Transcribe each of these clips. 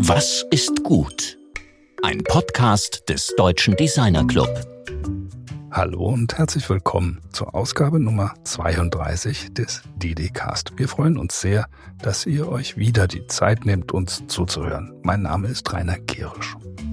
Was ist gut? Ein Podcast des Deutschen Designer Club. Hallo und herzlich willkommen zur Ausgabe Nummer 32 des DD-Cast. Wir freuen uns sehr, dass ihr euch wieder die Zeit nehmt, uns zuzuhören. Mein Name ist Rainer Gerisch.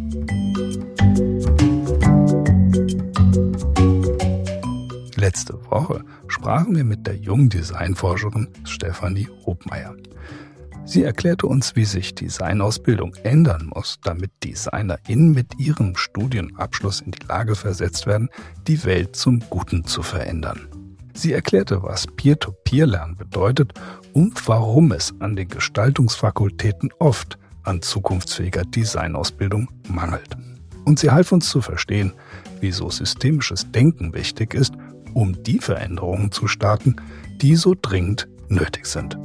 Letzte Woche sprachen wir mit der jungen Designforscherin Stefanie Hobmeier. Sie erklärte uns, wie sich Designausbildung ändern muss, damit DesignerInnen mit ihrem Studienabschluss in die Lage versetzt werden, die Welt zum Guten zu verändern. Sie erklärte, was Peer-to-Peer-Lernen bedeutet und warum es an den Gestaltungsfakultäten oft an zukunftsfähiger Designausbildung mangelt. Und sie half uns zu verstehen, wieso systemisches Denken wichtig ist, um die Veränderungen zu starten, die so dringend nötig sind.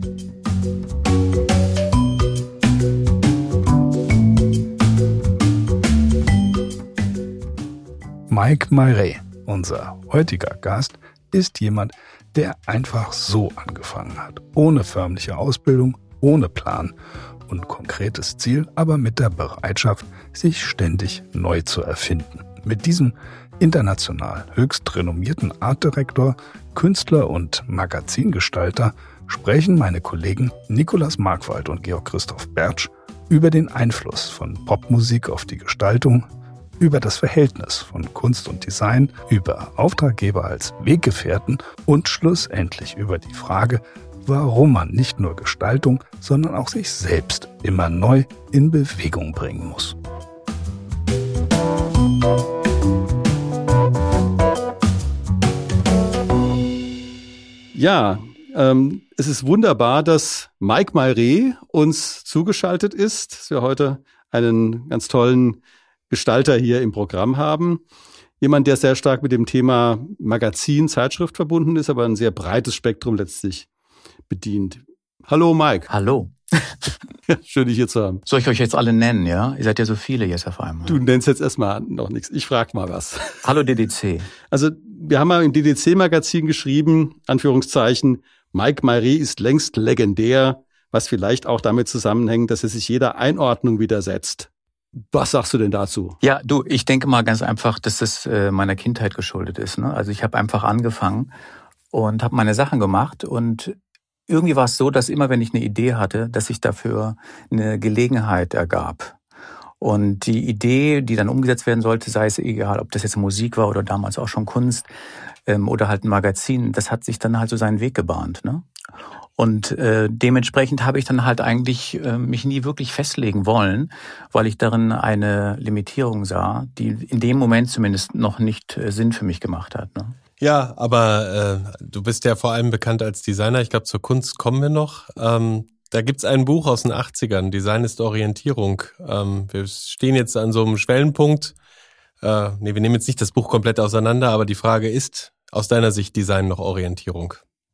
Mike Mayret, unser heutiger Gast, ist jemand, der einfach so angefangen hat. Ohne förmliche Ausbildung, ohne Plan und konkretes Ziel, aber mit der Bereitschaft, sich ständig neu zu erfinden. Mit diesem international höchst renommierten Artdirektor, Künstler und Magazingestalter sprechen meine Kollegen Nikolaus Markwald und Georg Christoph Bertsch über den Einfluss von Popmusik auf die Gestaltung, über das Verhältnis von Kunst und Design, über Auftraggeber als Weggefährten und schlussendlich über die Frage, warum man nicht nur Gestaltung, sondern auch sich selbst immer neu in Bewegung bringen muss. Ja, es ist wunderbar, dass Mike Mayret uns zugeschaltet ist, dass wir heute einen ganz tollen Gestalter hier im Programm haben. Jemand, der sehr stark mit dem Thema Magazin, Zeitschrift verbunden ist, aber ein sehr breites Spektrum letztlich bedient. Hallo Mike. Hallo. Schön, dich hier zu haben. Soll ich euch jetzt alle nennen, ja? Ihr seid ja so viele jetzt auf einmal. Du nennst jetzt erstmal noch nichts. Ich frag mal was. Hallo DDC. Also, wir haben mal im DDC-Magazin geschrieben, Anführungszeichen, Mike Mayret ist längst legendär, was vielleicht auch damit zusammenhängt, dass er sich jeder Einordnung widersetzt. Was sagst du denn dazu? Ja, du, ich denke mal ganz einfach, dass das meiner Kindheit geschuldet ist. Ne? Also ich habe einfach angefangen und habe meine Sachen gemacht und irgendwie war es so, dass immer, wenn ich eine Idee hatte, dass sich dafür eine Gelegenheit ergab. Und die Idee, die dann umgesetzt werden sollte, sei es egal, ob das jetzt Musik war oder damals auch schon Kunst oder halt ein Magazin, das hat sich dann halt so seinen Weg gebahnt. Ne? Und dementsprechend habe ich dann halt eigentlich mich nie wirklich festlegen wollen, weil ich darin eine Limitierung sah, die in dem Moment zumindest noch nicht Sinn für mich gemacht hat. Ne? Ja, aber du bist ja vor allem bekannt als Designer. Ich glaube, zur Kunst kommen wir noch. Da gibt's ein Buch aus den 80ern, Design ist Orientierung. Wir stehen jetzt an so einem Schwellenpunkt. Wir nehmen jetzt nicht das Buch komplett auseinander, aber die Frage ist, aus deiner Sicht Design noch Orientierung?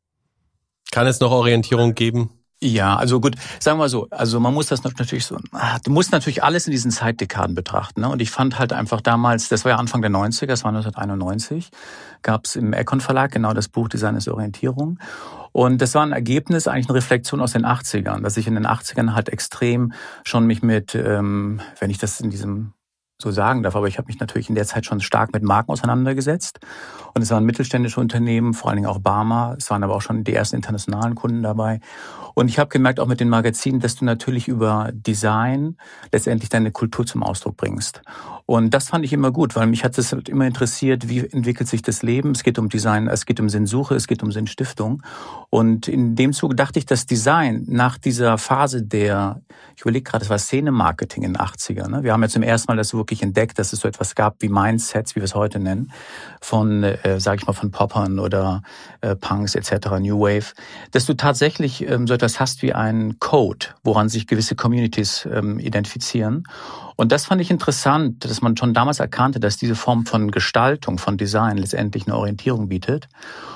Kann es noch Orientierung geben? Ja, also gut, sagen wir so, also man muss das natürlich so, du musst natürlich alles in diesen Zeitdekaden betrachten, ne? Und ich fand halt einfach damals, das war ja Anfang der 90er, das war 1991, gab es im Econ Verlag genau das Buch Design ist Orientierung. Und das war ein Ergebnis, eigentlich eine Reflexion aus den 80ern, dass ich in den 80ern halt extrem schon mich mit, wenn ich das in diesem so sagen darf, aber ich habe mich natürlich in der Zeit schon stark mit Marken auseinandergesetzt. Und es waren mittelständische Unternehmen, vor allen Dingen auch Barmer. Es waren aber auch schon die ersten internationalen Kunden dabei. Und ich habe gemerkt, auch mit den Magazinen, dass du natürlich über Design letztendlich deine Kultur zum Ausdruck bringst. Und das fand ich immer gut, weil mich hat es halt immer interessiert, wie entwickelt sich das Leben. Es geht um Design, es geht um Sinnsuche, es geht um Sinnstiftung. Und in dem Zuge dachte ich, dass Design nach dieser Phase ich überlege gerade, das war Szene-Marketing in den 80er. Ne? Wir haben ja zum ersten Mal das wirklich entdeckt, dass es so etwas gab wie Mindsets, wie wir es heute nennen, von, sage ich mal, von Poppern oder Punks etc., New Wave, dass du tatsächlich so etwas hast wie einen Code, woran sich gewisse Communities identifizieren. Und das fand ich interessant, dass man schon damals erkannte, dass diese Form von Gestaltung, von Design letztendlich eine Orientierung bietet.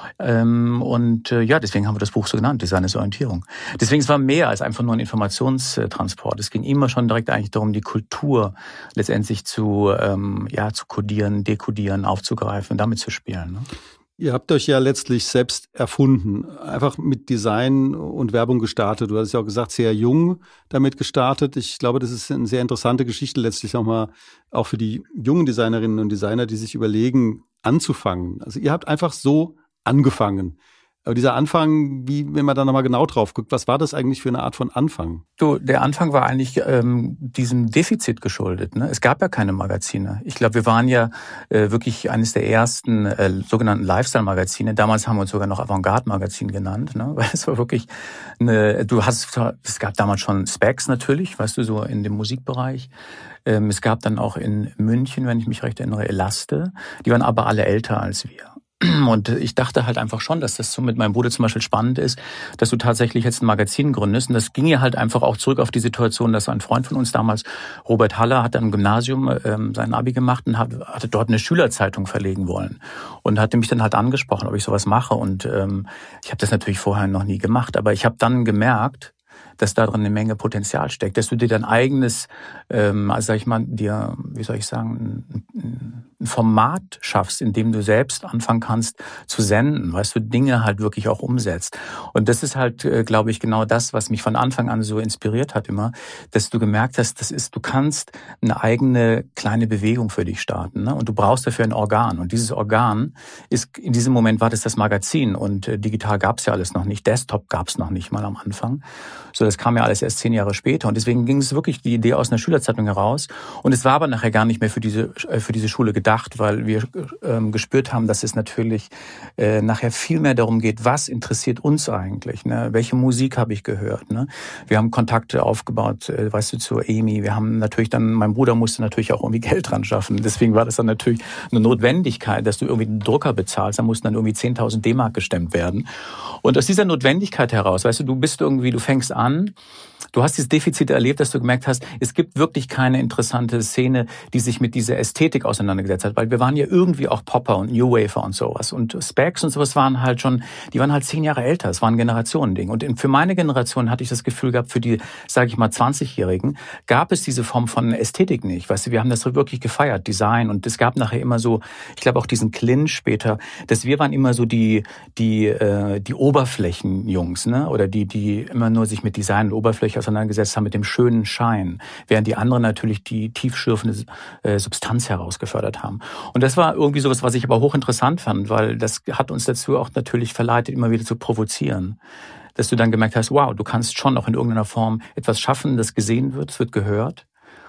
Deswegen haben wir das Buch so genannt, Design ist Orientierung. Deswegen, es war mehr als einfach nur ein Informationstransport. Es ging immer schon direkt eigentlich darum, die Kultur letztendlich zu kodieren, dekodieren, aufzugreifen und damit zu spielen. Ne? Ihr habt euch ja letztlich selbst erfunden, einfach mit Design und Werbung gestartet. Du hast ja auch gesagt, sehr jung damit gestartet. Ich glaube, das ist eine sehr interessante Geschichte letztlich nochmal auch für die jungen Designerinnen und Designer, die sich überlegen, anzufangen. Also ihr habt einfach so angefangen. Aber dieser Anfang, wie wenn man da nochmal genau drauf guckt, was war das eigentlich für eine Art von Anfang? Der Anfang war eigentlich diesem Defizit geschuldet. Ne? Es gab ja keine Magazine. Ich glaube, wir waren ja wirklich eines der ersten sogenannten Lifestyle-Magazine. Damals haben wir uns sogar noch Avantgarde-Magazin genannt. Ne? Weil es war wirklich es gab damals schon Specs natürlich, weißt du, so in dem Musikbereich. Es gab dann auch in München, wenn ich mich recht erinnere, Elaste. Die waren aber alle älter als wir. Und ich dachte halt einfach schon, dass das so mit meinem Bruder zum Beispiel spannend ist, dass du tatsächlich jetzt ein Magazin gründest. Und das ging ja halt einfach auch zurück auf die Situation, dass ein Freund von uns damals, Robert Haller, hat am Gymnasium sein Abi gemacht und hatte dort eine Schülerzeitung verlegen wollen. Und hatte mich dann halt angesprochen, ob ich sowas mache. Und ich habe das natürlich vorher noch nie gemacht. Aber ich habe dann gemerkt, dass da drin eine Menge Potenzial steckt, dass du dir dein eigenes, ein Format schaffst, in dem du selbst anfangen kannst zu senden, weißt du, Dinge halt wirklich auch umsetzt. Und das ist halt, glaube ich, genau das, was mich von Anfang an so inspiriert hat immer, dass du gemerkt hast, du kannst eine eigene kleine Bewegung für dich starten, ne? Und du brauchst dafür ein Organ. Und dieses Organ in diesem Moment war das Magazin und digital gab es ja alles noch nicht, Desktop gab es noch nicht mal am Anfang. So, das kam ja alles erst 10 Jahre später. Und deswegen ging es wirklich die Idee aus einer Schülerzeitung heraus. Und es war aber nachher gar nicht mehr für diese Schule gedacht, weil wir gespürt haben, dass es natürlich nachher viel mehr darum geht, was interessiert uns eigentlich, ne? Welche Musik habe ich gehört, ne? Wir haben Kontakte aufgebaut, weißt du, zu Amy. Wir haben natürlich dann, mein Bruder musste natürlich auch irgendwie Geld dran schaffen. Deswegen war das dann natürlich eine Notwendigkeit, dass du irgendwie einen Drucker bezahlst. Da mussten dann irgendwie 10.000 D-Mark gestemmt werden. Und aus dieser Notwendigkeit heraus, weißt du, du fängst an, du hast dieses Defizit erlebt, dass du gemerkt hast, es gibt wirklich keine interessante Szene, die sich mit dieser Ästhetik auseinandergesetzt hat, weil wir waren ja irgendwie auch Popper und New Wafer und sowas. Und Specs und sowas waren halt 10 Jahre älter, es war ein Generationending. Und für meine Generation hatte ich das Gefühl gehabt, für die, sage ich mal, 20-Jährigen, gab es diese Form von Ästhetik nicht. Weißt du, wir haben das wirklich gefeiert, Design. Und es gab nachher immer so, ich glaube auch diesen Clinch später, dass wir waren immer so die Oberflächenjungs, ne? Oder die immer nur sich mit Design und Oberfläche auseinandergesetzt haben, mit dem schönen Schein, während die anderen natürlich die tiefschürfende Substanz herausgefördert haben. Und das war irgendwie sowas, was ich aber hochinteressant fand, weil das hat uns dazu auch natürlich verleitet, immer wieder zu provozieren. Dass du dann gemerkt hast, wow, du kannst schon auch in irgendeiner Form etwas schaffen, das gesehen wird, es wird gehört.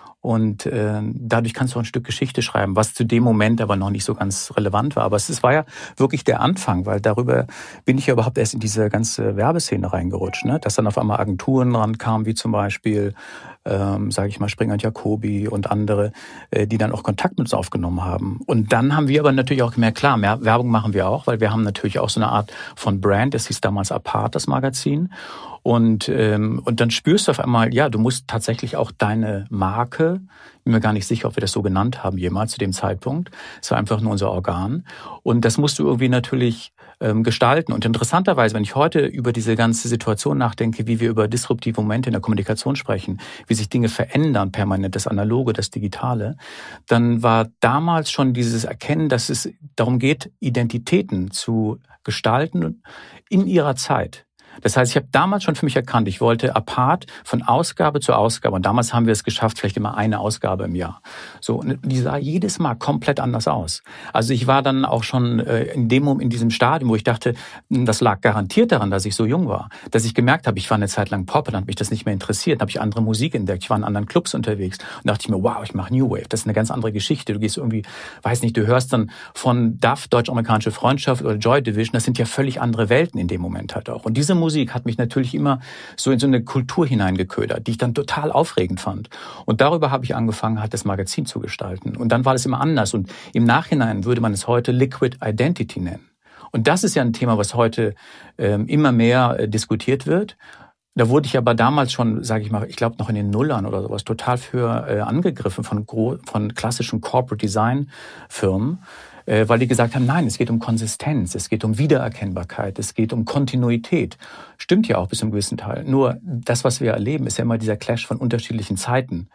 Und dadurch kannst du auch ein Stück Geschichte schreiben, was zu dem Moment aber noch nicht so ganz relevant war. Aber es war ja wirklich der Anfang, weil darüber bin ich ja überhaupt erst in diese ganze Werbeszene reingerutscht, ne? Dass dann auf einmal Agenturen rankamen, wie zum Beispiel, sage ich mal, Springer und Jacobi und andere, die dann auch Kontakt mit uns aufgenommen haben. Und dann haben wir aber natürlich auch gemerkt, klar, mehr Werbung machen wir auch, weil wir haben natürlich auch so eine Art von Brand, das hieß damals Apart, das Magazin. Und dann spürst du auf einmal, ja, du musst tatsächlich auch deine Marke, bin mir gar nicht sicher, ob wir das so genannt haben jemals zu dem Zeitpunkt, es war einfach nur unser Organ. Und das musst du irgendwie natürlich gestalten. Und interessanterweise, wenn ich heute über diese ganze Situation nachdenke, wie wir über disruptive Momente in der Kommunikation sprechen, wie sich Dinge verändern permanent, das Analoge, das Digitale, dann war damals schon dieses Erkennen, dass es darum geht, Identitäten zu gestalten in ihrer Zeit. Das heißt, ich habe damals schon für mich erkannt, ich wollte apart von Ausgabe zu Ausgabe. Und damals haben wir es geschafft, vielleicht immer eine Ausgabe im Jahr. So, und die sah jedes Mal komplett anders aus. Also ich war dann auch schon in diesem Stadium, wo ich dachte, das lag garantiert daran, dass ich so jung war. Dass ich gemerkt habe, ich war eine Zeit lang Pop und dann hat mich das nicht mehr interessiert. Dann habe ich andere Musik entdeckt. Ich war in anderen Clubs unterwegs. Und dachte ich mir, wow, ich mache New Wave. Das ist eine ganz andere Geschichte. Du gehst irgendwie, weiß nicht, du hörst dann von DAF, Deutsch-Amerikanische Freundschaft oder Joy Division. Das sind ja völlig andere Welten in dem Moment halt auch. Und diese Musik hat mich natürlich immer so in so eine Kultur hineingeködert, die ich dann total aufregend fand. Und darüber habe ich angefangen, halt das Magazin zu gestalten. Und dann war das immer anders. Und im Nachhinein würde man es heute Liquid Identity nennen. Und das ist ja ein Thema, was heute immer mehr diskutiert wird. Da wurde ich aber damals schon, sage ich mal, ich glaube noch in den Nullern oder sowas, total für angegriffen von klassischen Corporate Design Firmen, weil die gesagt haben, nein, es geht um Konsistenz, es geht um Wiedererkennbarkeit, es geht um Kontinuität. Stimmt ja auch bis zu einem gewissen Teil. Nur das, was wir erleben, ist ja immer dieser Clash von unterschiedlichen Zeiten.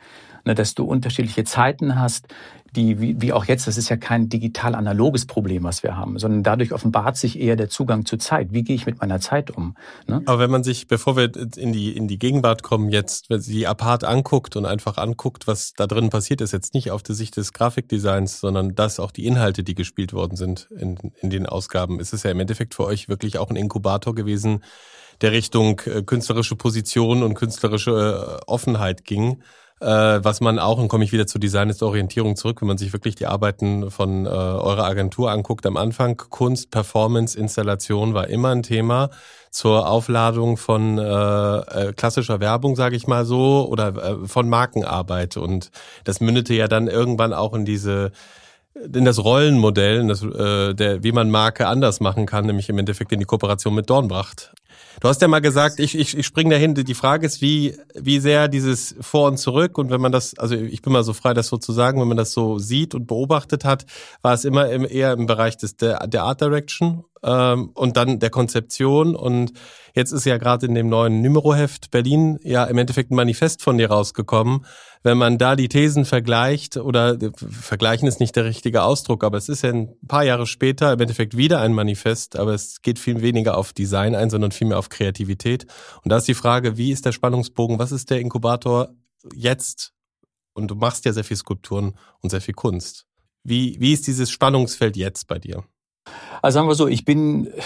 ne, dass du unterschiedliche Zeiten hast, die, wie auch jetzt, das ist ja kein digital-analoges Problem, was wir haben, sondern dadurch offenbart sich eher der Zugang zur Zeit. Wie gehe ich mit meiner Zeit um? Ne? Aber wenn man sich, bevor wir in die Gegenwart kommen jetzt, wenn sie die Apart anguckt und einfach anguckt, was da drin passiert ist, jetzt nicht auf der Sicht des Grafikdesigns, sondern das auch die Inhalte, die gespielt worden sind in den Ausgaben, ist es ja im Endeffekt für euch wirklich auch ein Inkubator gewesen, der Richtung künstlerische Position und künstlerische Offenheit ging. Was man auch, und komme ich wieder zur Design ist Orientierung zurück, wenn man sich wirklich die Arbeiten von eurer Agentur anguckt, am Anfang Kunst, Performance, Installation war immer ein Thema zur Aufladung von klassischer Werbung, sage ich mal so, oder von Markenarbeit. Und das mündete ja dann irgendwann auch in das Rollenmodell, wie man Marke anders machen kann, nämlich im Endeffekt in die Kooperation mit Dornbracht. Du hast ja mal gesagt, ich springe dahin, die Frage ist, wie sehr dieses Vor und Zurück, und wenn man das, also ich bin mal so frei, das so zu sagen, wenn man das so sieht und beobachtet hat, war es immer eher im Bereich der Art Direction und dann der Konzeption, und jetzt ist ja gerade in dem neuen Numero-Heft Berlin ja im Endeffekt ein Manifest von dir rausgekommen. Wenn man da die Thesen vergleicht, oder vergleichen ist nicht der richtige Ausdruck, aber es ist ja ein paar Jahre später im Endeffekt wieder ein Manifest, aber es geht viel weniger auf Design ein, sondern viel mehr auf Kreativität. Und da ist die Frage, wie ist der Spannungsbogen, was ist der Inkubator jetzt? Und du machst ja sehr viel Skulpturen und sehr viel Kunst. Wie ist dieses Spannungsfeld jetzt bei dir? Also sagen wir so, ich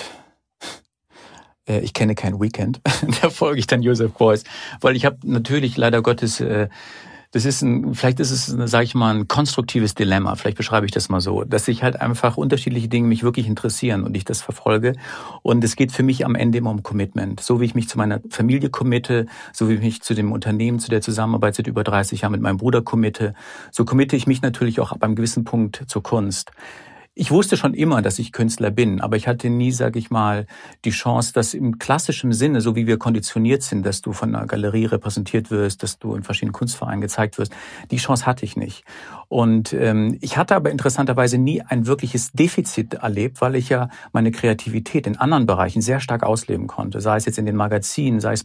kenne kein Weekend, da folge ich dann Joseph Beuys, weil ich habe natürlich leider Gottes, vielleicht ist es, sage ich mal, ein konstruktives Dilemma, vielleicht beschreibe ich das mal so, dass sich halt einfach unterschiedliche Dinge mich wirklich interessieren und ich das verfolge, und es geht für mich am Ende immer um Commitment, so wie ich mich zu meiner Familie committe, so wie ich mich zu dem Unternehmen, zu der Zusammenarbeit seit über 30 Jahren mit meinem Bruder committe, so committe ich mich natürlich auch ab einem gewissen Punkt zur Kunst. Ich wusste schon immer, dass ich Künstler bin, aber ich hatte nie, sage ich mal, die Chance, dass im klassischen Sinne, so wie wir konditioniert sind, dass du von einer Galerie repräsentiert wirst, dass du in verschiedenen Kunstvereinen gezeigt wirst, die Chance hatte ich nicht. Und ich hatte aber interessanterweise nie ein wirkliches Defizit erlebt, weil ich ja meine Kreativität in anderen Bereichen sehr stark ausleben konnte. Sei es jetzt in den Magazinen, sei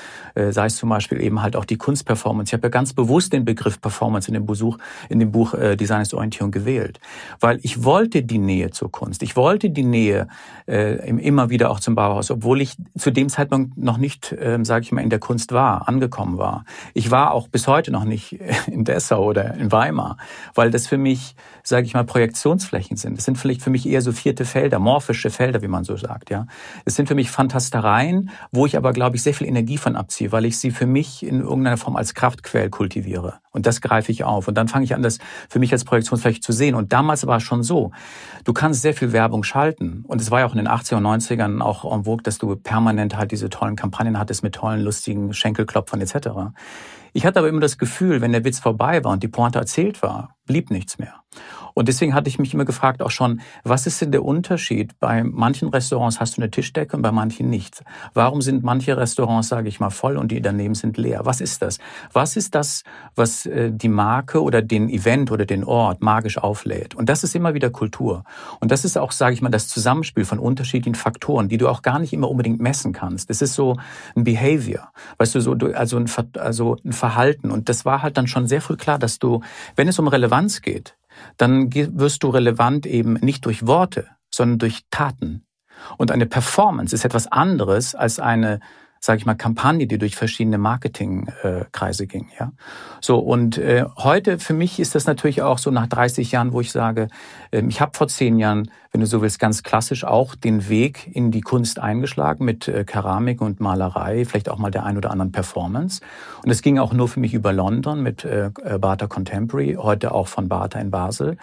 es zum Beispiel eben halt auch die Kunstperformance. Ich habe ja ganz bewusst den Begriff Performance in dem Buch Design ist Orientierung gewählt, weil ich wollte die Nähe zur Kunst. Ich wollte die Nähe immer wieder auch zum Bauhaus, obwohl ich zu dem Zeitpunkt noch nicht, sage ich mal, in der Kunst angekommen war. Ich war auch bis heute noch nicht in Dessau oder in Weimar, weil das für mich, sage ich mal, Projektionsflächen sind. Das sind vielleicht für mich eher so vierte Felder, morphische Felder, wie man so sagt. Ja, es sind für mich Fantastereien, wo ich aber, glaube ich, sehr viel Energie von abziehe, weil ich sie für mich in irgendeiner Form als Kraftquell kultiviere. Und das greife ich auf. Und dann fange ich an, das für mich als Projektionsfläche zu sehen. Und damals war es schon so, du kannst sehr viel Werbung schalten. Und es war ja auch in den 80er und 90ern auch en vogue, dass du permanent halt diese tollen Kampagnen hattest mit tollen, lustigen Schenkelklopfern etc. Ich hatte aber immer das Gefühl, wenn der Witz vorbei war und die Pointe erzählt war, blieb nichts mehr. Und deswegen hatte ich mich immer gefragt auch schon, was ist denn der Unterschied? Bei manchen Restaurants hast du eine Tischdecke und bei manchen nicht. Warum sind manche Restaurants, sage ich mal, voll und die daneben sind leer? Was ist das? Was ist das, was die Marke oder den Event oder den Ort magisch auflädt? Und das ist immer wieder Kultur. Und das ist auch, sage ich mal, das Zusammenspiel von unterschiedlichen Faktoren, die du auch gar nicht immer unbedingt messen kannst. Das ist so ein Behavior, weißt du, also ein Verhalten. Und das war halt dann schon sehr früh klar, dass du, wenn es um Relevanz geht, dann wirst du relevant eben nicht durch Worte, sondern durch Taten. Und eine Performance ist etwas anderes als eine, sage ich mal, Kampagne, die durch verschiedene Marketingkreise ging. Ja, so, und heute für mich ist das natürlich auch so nach 30 Jahren, wo ich sage, ich habe vor 10 Jahren, wenn du so willst, ganz klassisch auch den Weg in die Kunst eingeschlagen mit Keramik und Malerei, vielleicht auch mal der ein oder anderen Performance. Und es ging auch nur für mich über London mit Bata Contemporary, heute auch von Bata in Basel.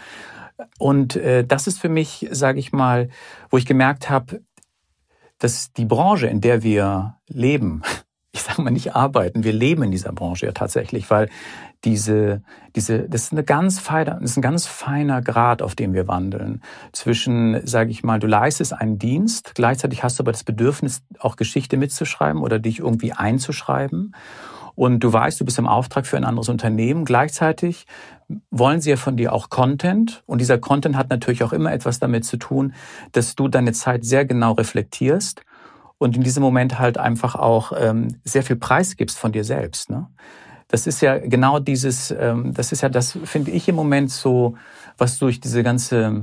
Und das ist für mich, sage ich mal, wo ich gemerkt habe, dass die Branche, in der wir leben, ich sage mal nicht arbeiten, wir leben in dieser Branche ja tatsächlich, weil das ist ein ganz feiner Grad, auf dem wir wandeln. Zwischen, sage ich mal, du leistest einen Dienst, gleichzeitig hast du aber das Bedürfnis, auch Geschichte mitzuschreiben oder dich irgendwie einzuschreiben. Und du weißt, du bist im Auftrag für ein anderes Unternehmen. Gleichzeitig wollen sie ja von dir auch Content. Und dieser Content hat natürlich auch immer etwas damit zu tun, dass du deine Zeit sehr genau reflektierst und in diesem Moment halt einfach auch sehr viel preisgibst von dir selbst. Ne? Das ist ja genau dieses, das ist ja das, finde ich im Moment so, was durch diese ganze,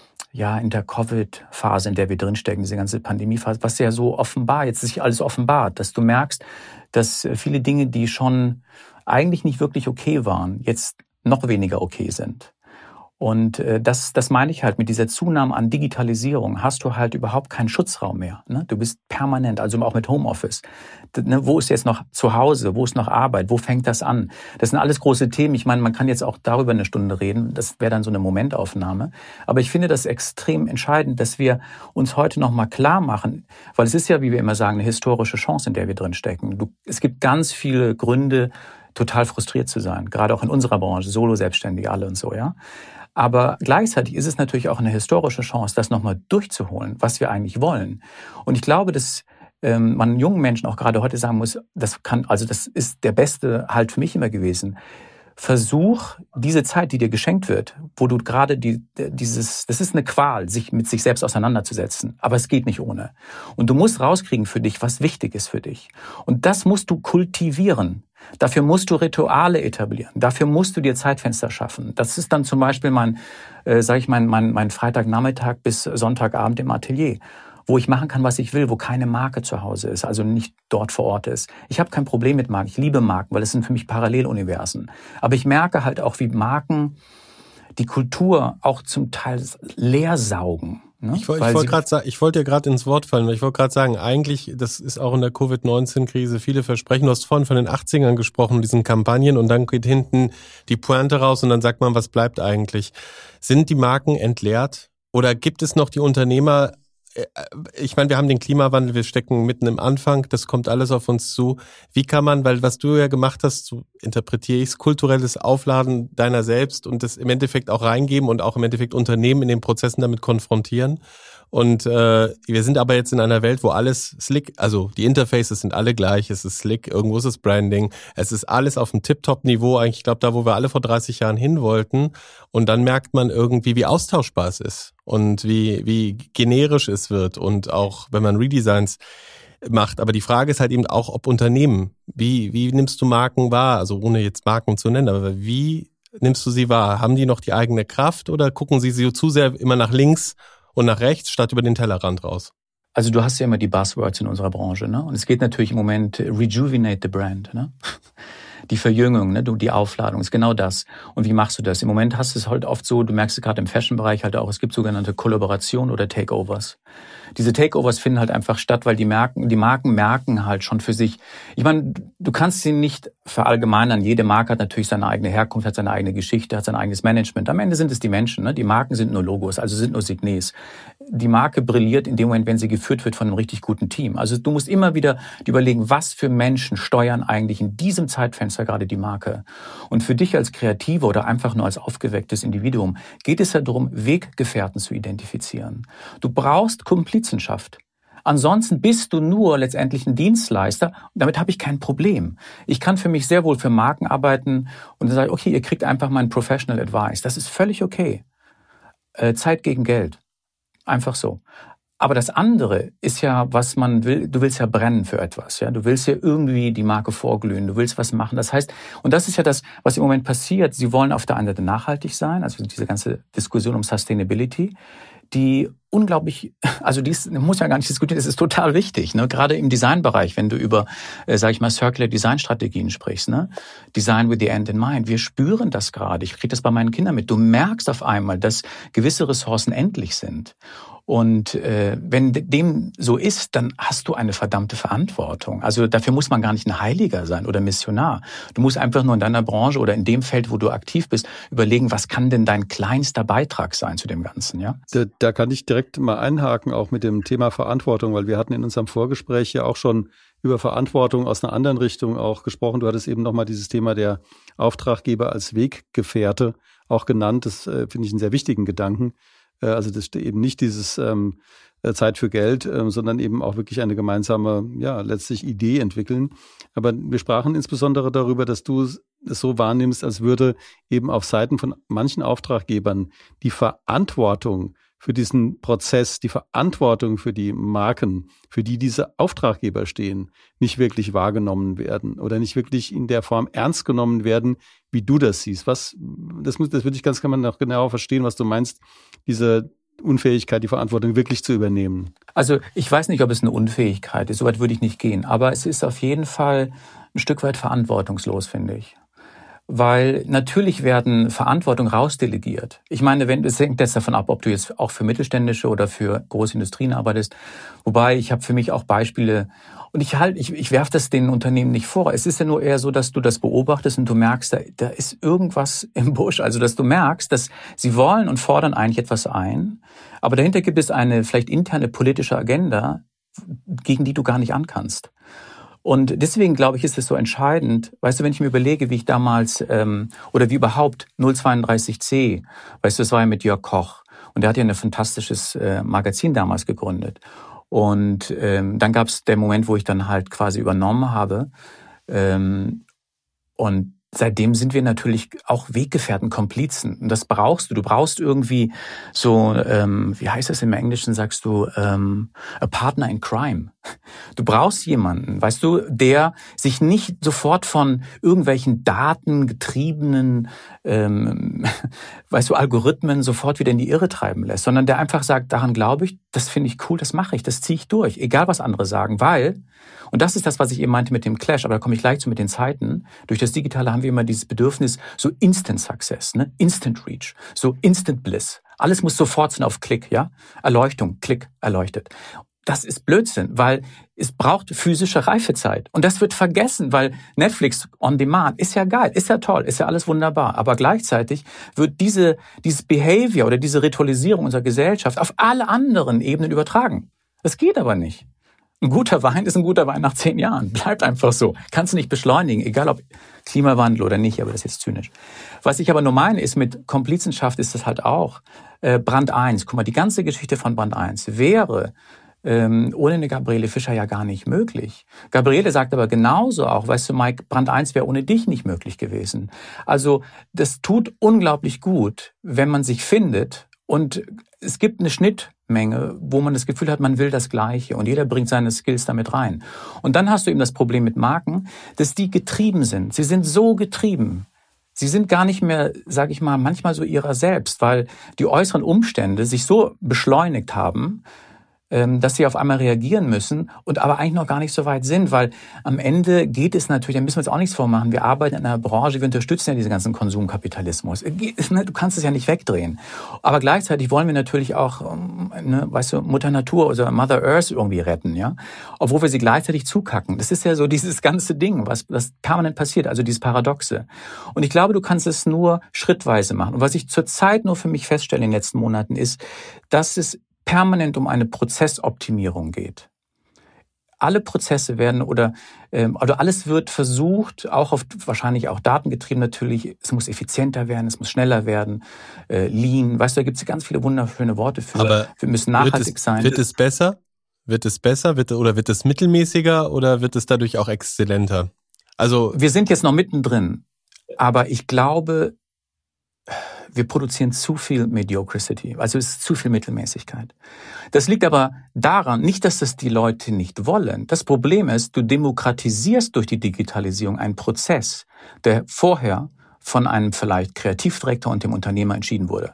in der Covid-Phase, in der wir drinstecken, diese ganze Pandemie-Phase, was ja so offenbar, jetzt sich alles offenbart, dass du merkst, dass viele Dinge, die schon eigentlich nicht wirklich okay waren, jetzt noch weniger okay sind. Und das meine ich halt, mit dieser Zunahme an Digitalisierung hast du halt überhaupt keinen Schutzraum mehr. Ne? Du bist permanent, also auch mit Homeoffice. Ne? Wo ist jetzt noch zu Hause? Wo ist noch Arbeit? Wo fängt das an? Das sind alles große Themen. Ich meine, man kann jetzt auch darüber eine Stunde reden. Das wäre dann so eine Momentaufnahme. Aber ich finde das extrem entscheidend, dass wir uns heute noch mal klar machen, weil es ist ja, wie wir immer sagen, eine historische Chance, in der wir drin stecken. Es gibt ganz viele Gründe, total frustriert zu sein. Gerade auch in unserer Branche, Solo-Selbstständige alle und so, ja. Aber gleichzeitig ist es natürlich auch eine historische Chance, das nochmal durchzuholen, was wir eigentlich wollen. Und ich glaube, dass man jungen Menschen auch gerade heute sagen muss, das ist der beste Halt für mich immer gewesen. Versuch, diese Zeit, die dir geschenkt wird, wo du gerade das ist eine Qual, sich mit sich selbst auseinanderzusetzen. Aber es geht nicht ohne. Und du musst rauskriegen für dich, was wichtig ist für dich. Und das musst du kultivieren. Dafür musst du Rituale etablieren. Dafür musst du dir Zeitfenster schaffen. Das ist dann zum Beispiel mein Freitagnachmittag bis Sonntagabend im Atelier, wo ich machen kann, was ich will, wo keine Marke zu Hause ist, also nicht dort vor Ort ist. Ich habe kein Problem mit Marken. Ich liebe Marken, weil es sind für mich Paralleluniversen. Aber ich merke halt auch, wie Marken die Kultur auch zum Teil leer saugen. Ne? Ich wollte dir gerade ins Wort fallen, weil ich wollte gerade sagen, eigentlich, das ist auch in der Covid-19-Krise viele Versprechen. Du hast vorhin von den 80ern gesprochen, diesen Kampagnen, und dann geht hinten die Pointe raus und dann sagt man, was bleibt eigentlich? Sind die Marken entleert oder gibt es noch die Unternehmer? Ich meine, wir haben den Klimawandel, wir stecken mitten im Anfang, das kommt alles auf uns zu. Wie kann man, weil was du ja gemacht hast, so interpretiere ich es, kulturelles Aufladen deiner selbst und das im Endeffekt auch reingeben und auch im Endeffekt Unternehmen in den Prozessen damit konfrontieren. Und wir sind aber jetzt in einer Welt, wo alles slick, also die Interfaces sind alle gleich, es ist slick, irgendwo ist es Branding, es ist alles auf dem Tip-Top-Niveau, eigentlich, ich glaube, da, wo wir alle vor 30 Jahren hin wollten. Und dann merkt man irgendwie, wie austauschbar es ist und wie generisch es wird und auch, wenn man Redesigns macht. Aber die Frage ist halt eben auch, ob Unternehmen, wie nimmst du Marken wahr? Also ohne jetzt Marken zu nennen, aber wie nimmst du sie wahr? Haben die noch die eigene Kraft oder gucken sie zu sehr immer nach links und nach rechts statt über den Tellerrand raus? Also du hast ja immer die Buzzwords in unserer Branche, ne? Und es geht natürlich im Moment rejuvenate the brand, ne? Die Verjüngung, ne? Die Aufladung ist genau das. Und wie machst du das? Im Moment hast du es halt oft so, du merkst es gerade im Fashion-Bereich halt auch, es gibt sogenannte Kollaboration oder Takeovers. Diese Takeovers finden halt einfach statt, weil die Marken merken halt schon für sich. Ich meine, du kannst sie nicht verallgemeinern. Jede Marke hat natürlich seine eigene Herkunft, hat seine eigene Geschichte, hat sein eigenes Management. Am Ende sind es die Menschen, ne? Die Marken sind nur Logos, also sind nur Signes. Die Marke brilliert in dem Moment, wenn sie geführt wird von einem richtig guten Team. Also du musst immer wieder überlegen, was für Menschen steuern eigentlich in diesem Zeitfenster gerade die Marke. Und für dich als Kreativer oder einfach nur als aufgewecktes Individuum geht es ja darum, Weggefährten zu identifizieren. Du brauchst Komplizenschaft. Ansonsten bist du nur letztendlich ein Dienstleister. Damit habe ich kein Problem. Ich kann für mich sehr wohl für Marken arbeiten und dann sage ich, okay, ihr kriegt einfach meinen Professional Advice. Das ist völlig okay. Zeit gegen Geld. Einfach so. Aber das andere ist ja, was man will. Du willst ja brennen für etwas, ja. Du willst ja irgendwie die Marke vorglühen. Du willst was machen. Das heißt, und das ist ja das, was im Moment passiert. Sie wollen auf der einen Seite nachhaltig sein, also diese ganze Diskussion um Sustainability, die unglaublich, also dies muss ja gar nicht diskutieren, das ist total wichtig, ne? Gerade im Designbereich, wenn du über, sag ich mal, Circular Design Strategien sprichst, ne? Design with the end in mind. Wir spüren das gerade. Ich kriege das bei meinen Kindern mit. Du merkst auf einmal, dass gewisse Ressourcen endlich sind. Und wenn dem so ist, dann hast du eine verdammte Verantwortung. Also dafür muss man gar nicht ein Heiliger sein oder Missionar. Du musst einfach nur in deiner Branche oder in dem Feld, wo du aktiv bist, überlegen, was kann denn dein kleinster Beitrag sein zu dem Ganzen, ja? Da kann ich direkt mal einhaken, auch mit dem Thema Verantwortung, weil wir hatten in unserem Vorgespräch ja auch schon über Verantwortung aus einer anderen Richtung auch gesprochen. Du hattest eben nochmal dieses Thema der Auftraggeber als Weggefährte auch genannt. Das finde ich einen sehr wichtigen Gedanken. Also das ist eben nicht dieses Zeit für Geld, sondern eben auch wirklich eine gemeinsame, ja, letztlich Idee entwickeln. Aber wir sprachen insbesondere darüber, dass du es so wahrnimmst, als würde eben auf Seiten von manchen Auftraggebern die Verantwortung für diesen Prozess, die Verantwortung für die Marken, für die diese Auftraggeber stehen, nicht wirklich wahrgenommen werden oder nicht wirklich in der Form ernst genommen werden, wie du das siehst. Das würde ich kann man noch genauer verstehen, was du meinst, diese Unfähigkeit, die Verantwortung wirklich zu übernehmen. Also ich weiß nicht, ob es eine Unfähigkeit ist, soweit würde ich nicht gehen, aber es ist auf jeden Fall ein Stück weit verantwortungslos, finde ich. Weil natürlich werden Verantwortung rausdelegiert. Ich meine, es hängt jetzt davon ab, ob du jetzt auch für mittelständische oder für große Industrien arbeitest. Wobei, ich habe für mich auch Beispiele, und ich werfe das den Unternehmen nicht vor. Es ist ja nur eher so, dass du das beobachtest und du merkst, da ist irgendwas im Busch. Also, dass du merkst, dass sie wollen und fordern eigentlich etwas ein, aber dahinter gibt es eine vielleicht interne politische Agenda, gegen die du gar nicht ankannst. Und deswegen, glaube ich, ist es so entscheidend, weißt du, wenn ich mir überlege, wie ich damals, oder wie überhaupt 032C, weißt du, das war ja mit Jörg Koch und der hat ja ein fantastisches Magazin damals gegründet. Und dann gab es den Moment, wo ich dann halt quasi übernommen habe und seitdem sind wir natürlich auch Weggefährten, Komplizen. Und das brauchst du. Du brauchst irgendwie so, wie heißt das im Englischen, sagst du, a partner in crime. Du brauchst jemanden, weißt du, der sich nicht sofort von irgendwelchen datengetriebenen, weißt du, Algorithmen sofort wieder in die Irre treiben lässt, sondern der einfach sagt, daran glaube ich, das finde ich cool, das mache ich, das ziehe ich durch, egal was andere sagen, weil, und das ist das, was ich eben meinte mit dem Clash, aber da komme ich gleich zu mit den Zeiten, durch das Digitale haben wir immer dieses Bedürfnis, so Instant Success, ne? Instant Reach, so Instant Bliss. Alles muss sofort sein auf Klick, ja? Erleuchtung, Klick, erleuchtet. Das ist Blödsinn, weil es braucht physische Reifezeit. Und das wird vergessen, weil Netflix on Demand ist ja geil, ist ja toll, ist ja alles wunderbar. Aber gleichzeitig wird dieses Behavior oder diese Ritualisierung unserer Gesellschaft auf alle anderen Ebenen übertragen. Das geht aber nicht. Ein guter Wein ist ein guter Wein nach 10 Jahren. Bleibt einfach so. Kannst du nicht beschleunigen, egal ob Klimawandel oder nicht, aber das ist jetzt zynisch. Was ich aber nur meine, ist mit Komplizenschaft ist das halt auch. Brand 1, guck mal, die ganze Geschichte von Brand 1 wäre ohne eine Gabriele Fischer ja gar nicht möglich. Gabriele sagt aber genauso auch, weißt du, Mike, Brand 1 wäre ohne dich nicht möglich gewesen. Also das tut unglaublich gut, wenn man sich findet und es gibt eine Schnittmenge, wo man das Gefühl hat, man will das Gleiche und jeder bringt seine Skills damit rein. Und dann hast du eben das Problem mit Marken, dass die getrieben sind. Sie sind so getrieben. Sie sind gar nicht mehr, sage ich mal, manchmal so ihrer selbst, weil die äußeren Umstände sich so beschleunigt haben, dass sie auf einmal reagieren müssen und aber eigentlich noch gar nicht so weit sind, weil am Ende geht es natürlich, da müssen wir uns auch nichts vormachen, wir arbeiten in einer Branche, wir unterstützen ja diesen ganzen Konsumkapitalismus. Du kannst es ja nicht wegdrehen. Aber gleichzeitig wollen wir natürlich auch, weißt du, Mutter Natur oder Mother Earth irgendwie retten, ja, obwohl wir sie gleichzeitig zukacken. Das ist ja so dieses ganze Ding, was permanent passiert, also dieses Paradoxe. Und ich glaube, du kannst es nur schrittweise machen. Und was ich zurzeit nur für mich feststelle in den letzten Monaten ist, dass es permanent um eine Prozessoptimierung geht. Alle Prozesse werden oder alles wird versucht, auch wahrscheinlich auch datengetrieben natürlich, es muss effizienter werden, es muss schneller werden, lean, weißt du, da gibt es ganz viele wunderschöne Worte für. Aber wir müssen nachhaltig sein. Wird es besser? Wird es mittelmäßiger oder wird es dadurch auch exzellenter? Also wir sind jetzt noch mittendrin, aber ich glaube, wir produzieren zu viel Mediocrity, also es ist zu viel Mittelmäßigkeit. Das liegt aber daran, nicht, dass das die Leute nicht wollen. Das Problem ist, du demokratisierst durch die Digitalisierung einen Prozess, der vorher von einem vielleicht Kreativdirektor und dem Unternehmer entschieden wurde.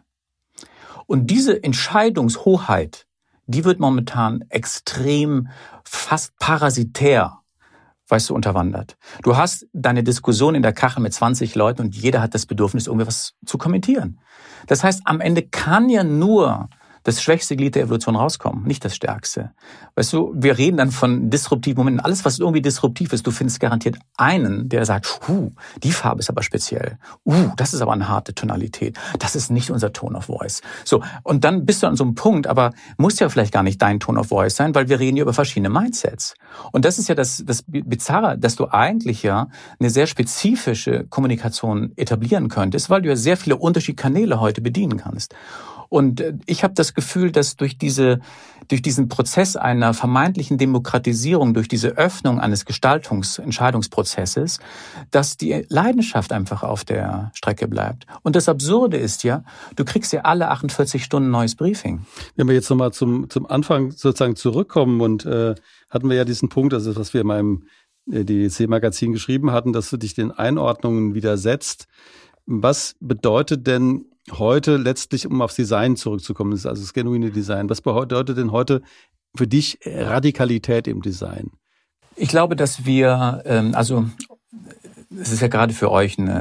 Und diese Entscheidungshoheit, die wird momentan extrem, fast parasitär, weißt du, unterwandert. Du hast deine Diskussion in der Kachel mit 20 Leuten und jeder hat das Bedürfnis, irgendwie was zu kommentieren. Das heißt, am Ende kann ja nur das schwächste Glied der Evolution rauskommen, nicht das stärkste. Weißt du, wir reden dann von disruptiven Momenten. Alles, was irgendwie disruptiv ist, du findest garantiert einen, der sagt, die Farbe ist aber speziell. Das ist aber eine harte Tonalität. Das ist nicht unser Tone of Voice. So, und dann bist du an so einem Punkt, aber muss ja vielleicht gar nicht dein Tone of Voice sein, weil wir reden ja über verschiedene Mindsets. Und das ist ja das Bizarre, dass du eigentlich ja eine sehr spezifische Kommunikation etablieren könntest, weil du ja sehr viele unterschiedliche Kanäle heute bedienen kannst. Und ich habe das Gefühl, dass durch diesen Prozess einer vermeintlichen Demokratisierung, durch diese Öffnung eines Entscheidungsprozesses, dass die Leidenschaft einfach auf der Strecke bleibt. Und das Absurde ist ja, du kriegst ja alle 48 Stunden ein neues Briefing. Wenn wir jetzt nochmal zum Anfang sozusagen zurückkommen und hatten wir ja diesen Punkt, also was wir in meinem DDC-Magazin geschrieben hatten, dass du dich den Einordnungen widersetzt. Was bedeutet denn heute letztlich, um aufs Design zurückzukommen, also das genuine Design, was bedeutet denn heute für dich Radikalität im Design? Ich glaube, dass wir, es ist ja gerade für euch eine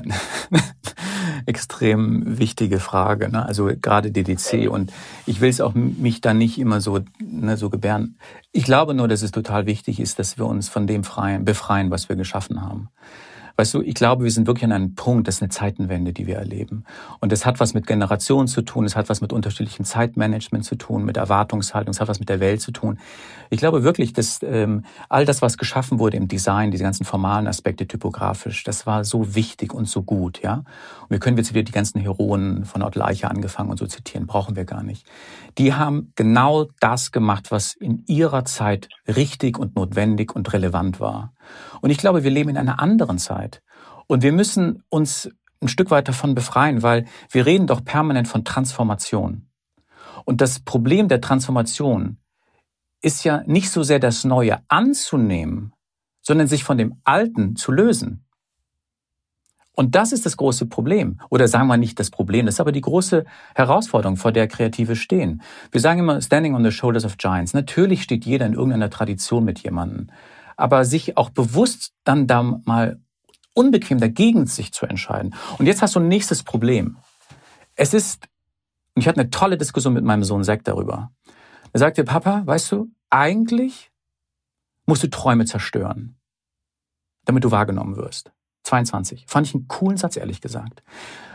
extrem wichtige Frage, ne? Also gerade DDC, und ich will es auch mich da nicht immer so gebären. Ich glaube nur, dass es total wichtig ist, dass wir uns von dem befreien, was wir geschaffen haben. Weißt du, ich glaube, wir sind wirklich an einem Punkt, das ist eine Zeitenwende, die wir erleben. Und das hat was mit Generationen zu tun, es hat was mit unterschiedlichem Zeitmanagement zu tun, mit Erwartungshaltung, es hat was mit der Welt zu tun. Ich glaube wirklich, dass all das, was geschaffen wurde im Design, diese ganzen formalen Aspekte typografisch, das war so wichtig und so gut, ja. Und wir können jetzt wieder die ganzen Heroen von Ottleicher angefangen und so zitieren, brauchen wir gar nicht. Die haben genau das gemacht, was in ihrer Zeit richtig und notwendig und relevant war. Und ich glaube, wir leben in einer anderen Zeit. Und wir müssen uns ein Stück weit davon befreien, weil wir reden doch permanent von Transformation. Und das Problem der Transformation ist ja nicht so sehr das Neue anzunehmen, sondern sich von dem Alten zu lösen. Und das ist das große Problem. Oder sagen wir nicht das Problem, das ist aber die große Herausforderung, vor der Kreative stehen. Wir sagen immer, standing on the shoulders of giants. Natürlich steht jeder in irgendeiner Tradition mit jemandem. Aber sich auch bewusst dann da mal unbequem dagegen sich zu entscheiden. Und jetzt hast du ein nächstes Problem. Und ich hatte eine tolle Diskussion mit meinem Sohn Zack darüber. Er sagte, Papa, weißt du, eigentlich musst du Träume zerstören, damit du wahrgenommen wirst. 22. Fand ich einen coolen Satz, ehrlich gesagt.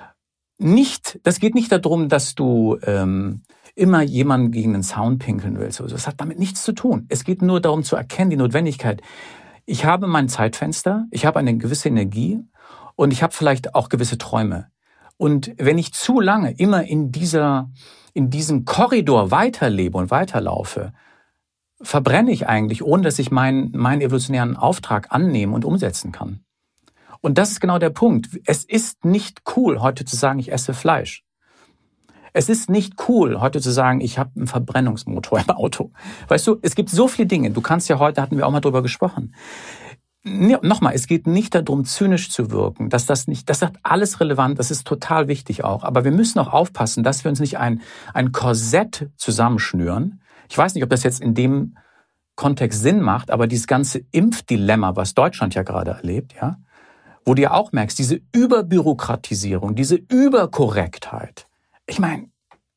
Das geht nicht darum, dass du immer jemanden gegen den Zaun pinkeln willst. Das hat damit nichts zu tun. Es geht nur darum zu erkennen, die Notwendigkeit. Ich habe mein Zeitfenster, ich habe eine gewisse Energie und ich habe vielleicht auch gewisse Träume. Und wenn ich zu lange immer in diesem Korridor weiterlebe und weiterlaufe, verbrenne ich eigentlich, ohne dass ich meinen evolutionären Auftrag annehmen und umsetzen kann. Und das ist genau der Punkt. Es ist nicht cool, heute zu sagen, ich esse Fleisch. Es ist nicht cool, heute zu sagen, ich habe einen Verbrennungsmotor im Auto. Weißt du, es gibt so viele Dinge. Du kannst ja heute, hatten wir auch mal drüber gesprochen. Nochmal, es geht nicht darum, zynisch zu wirken. Das hat alles relevant, das ist total wichtig auch. Aber wir müssen auch aufpassen, dass wir uns nicht ein Korsett zusammenschnüren. Ich weiß nicht, ob das jetzt in dem Kontext Sinn macht, aber dieses ganze Impfdilemma, was Deutschland ja gerade erlebt, ja, wo du ja auch merkst, diese Überbürokratisierung, diese Überkorrektheit. Ich meine,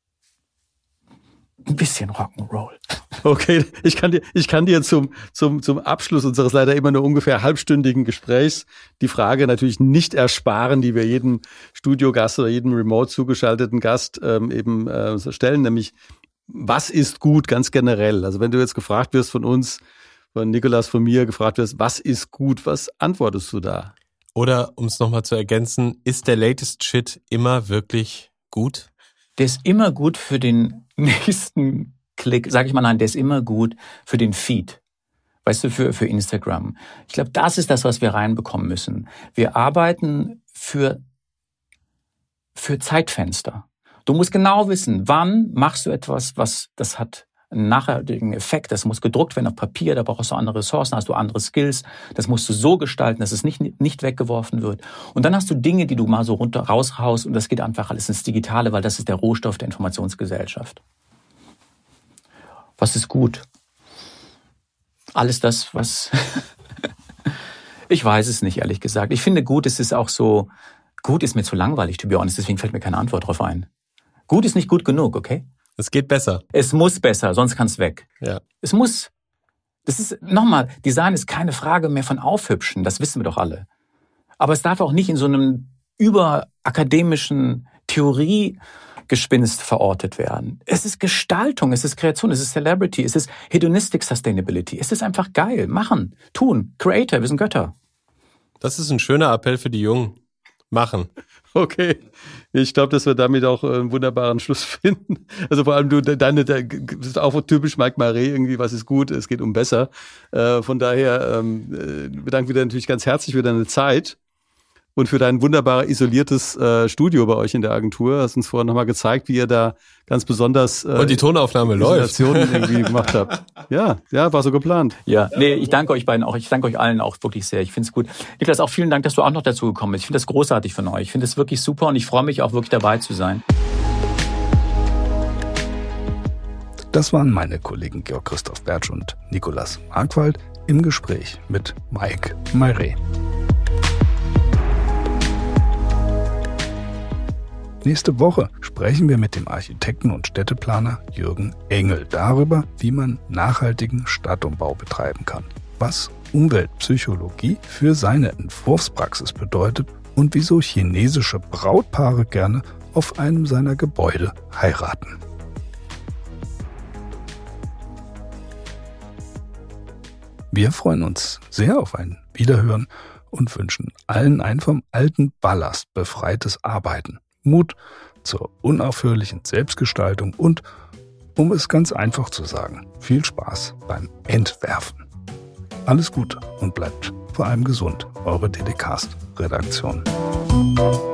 ein bisschen Rock'n'Roll. Okay, ich kann dir zum Abschluss unseres leider immer nur ungefähr halbstündigen Gesprächs die Frage natürlich nicht ersparen, die wir jedem Studiogast oder jedem remote zugeschalteten Gast stellen, nämlich was ist gut ganz generell? Also wenn du jetzt gefragt wirst von uns, von Nicolas, von mir gefragt wirst, was ist gut, was antwortest du da? Oder, um es nochmal zu ergänzen, ist der latest Shit immer wirklich gut? Der ist immer gut für den nächsten Klick. Sag ich mal, nein, der ist immer gut für den Feed. Weißt du, für Instagram. Ich glaube, das ist das, was wir reinbekommen müssen. Wir arbeiten für Zeitfenster. Du musst genau wissen, wann machst du etwas, das hat einen nachhaltigen Effekt. Das muss gedruckt werden auf Papier, da brauchst du andere Ressourcen, hast du andere Skills. Das musst du so gestalten, dass es nicht weggeworfen wird. Und dann hast du Dinge, die du mal so raushaust und das geht einfach alles ins Digitale, weil das ist der Rohstoff der Informationsgesellschaft. Was ist gut? Alles das, was... Ich weiß es nicht, ehrlich gesagt. Ich finde, gut ist es auch so... Gut ist mir zu langweilig, to be honest, deswegen fällt mir keine Antwort drauf ein. Gut ist nicht gut genug, okay? Es geht besser. Es muss besser, sonst kann es weg. Ja. Es muss. Das ist, nochmal, Design ist keine Frage mehr von Aufhübschen, das wissen wir doch alle. Aber es darf auch nicht in so einem überakademischen Theoriegespinst verortet werden. Es ist Gestaltung, es ist Kreation, es ist Celebrity, es ist Hedonistic Sustainability. Es ist einfach geil. Machen, tun, Creator, wir sind Götter. Das ist ein schöner Appell für die Jungen. machen. Okay. Ich glaube, dass wir damit auch einen wunderbaren Schluss finden. Also vor allem das ist auch typisch Mike Maré irgendwie, was ist gut, es geht um besser. Von daher bedanke ich dir natürlich ganz herzlich für deine Zeit und für dein wunderbar isoliertes Studio bei euch in der Agentur. Hast uns vorher nochmal gezeigt, wie ihr da ganz besonders und die Tonaufnahme läuft. Irgendwie gemacht habt. Ja, war so geplant. Ja, nee, ich danke euch beiden auch. Ich danke euch allen auch wirklich sehr. Ich finde es gut. Niklas, auch vielen Dank, dass du auch noch dazu gekommen bist. Ich finde das großartig von euch. Ich finde es wirklich super und ich freue mich auch wirklich dabei zu sein. Das waren meine Kollegen Georg Christoph Bertsch und Nicolas Markwald im Gespräch mit Mike Maré. Nächste Woche sprechen wir mit dem Architekten und Städteplaner Jürgen Engel darüber, wie man nachhaltigen Stadtumbau betreiben kann, was Umweltpsychologie für seine Entwurfspraxis bedeutet und wieso chinesische Brautpaare gerne auf einem seiner Gebäude heiraten. Wir freuen uns sehr auf ein Wiederhören und wünschen allen ein vom alten Ballast befreites Arbeiten, Mut zur unaufhörlichen Selbstgestaltung und, um es ganz einfach zu sagen, viel Spaß beim Entwerfen. Alles Gute und bleibt vor allem gesund. Eure DDcast-Redaktion.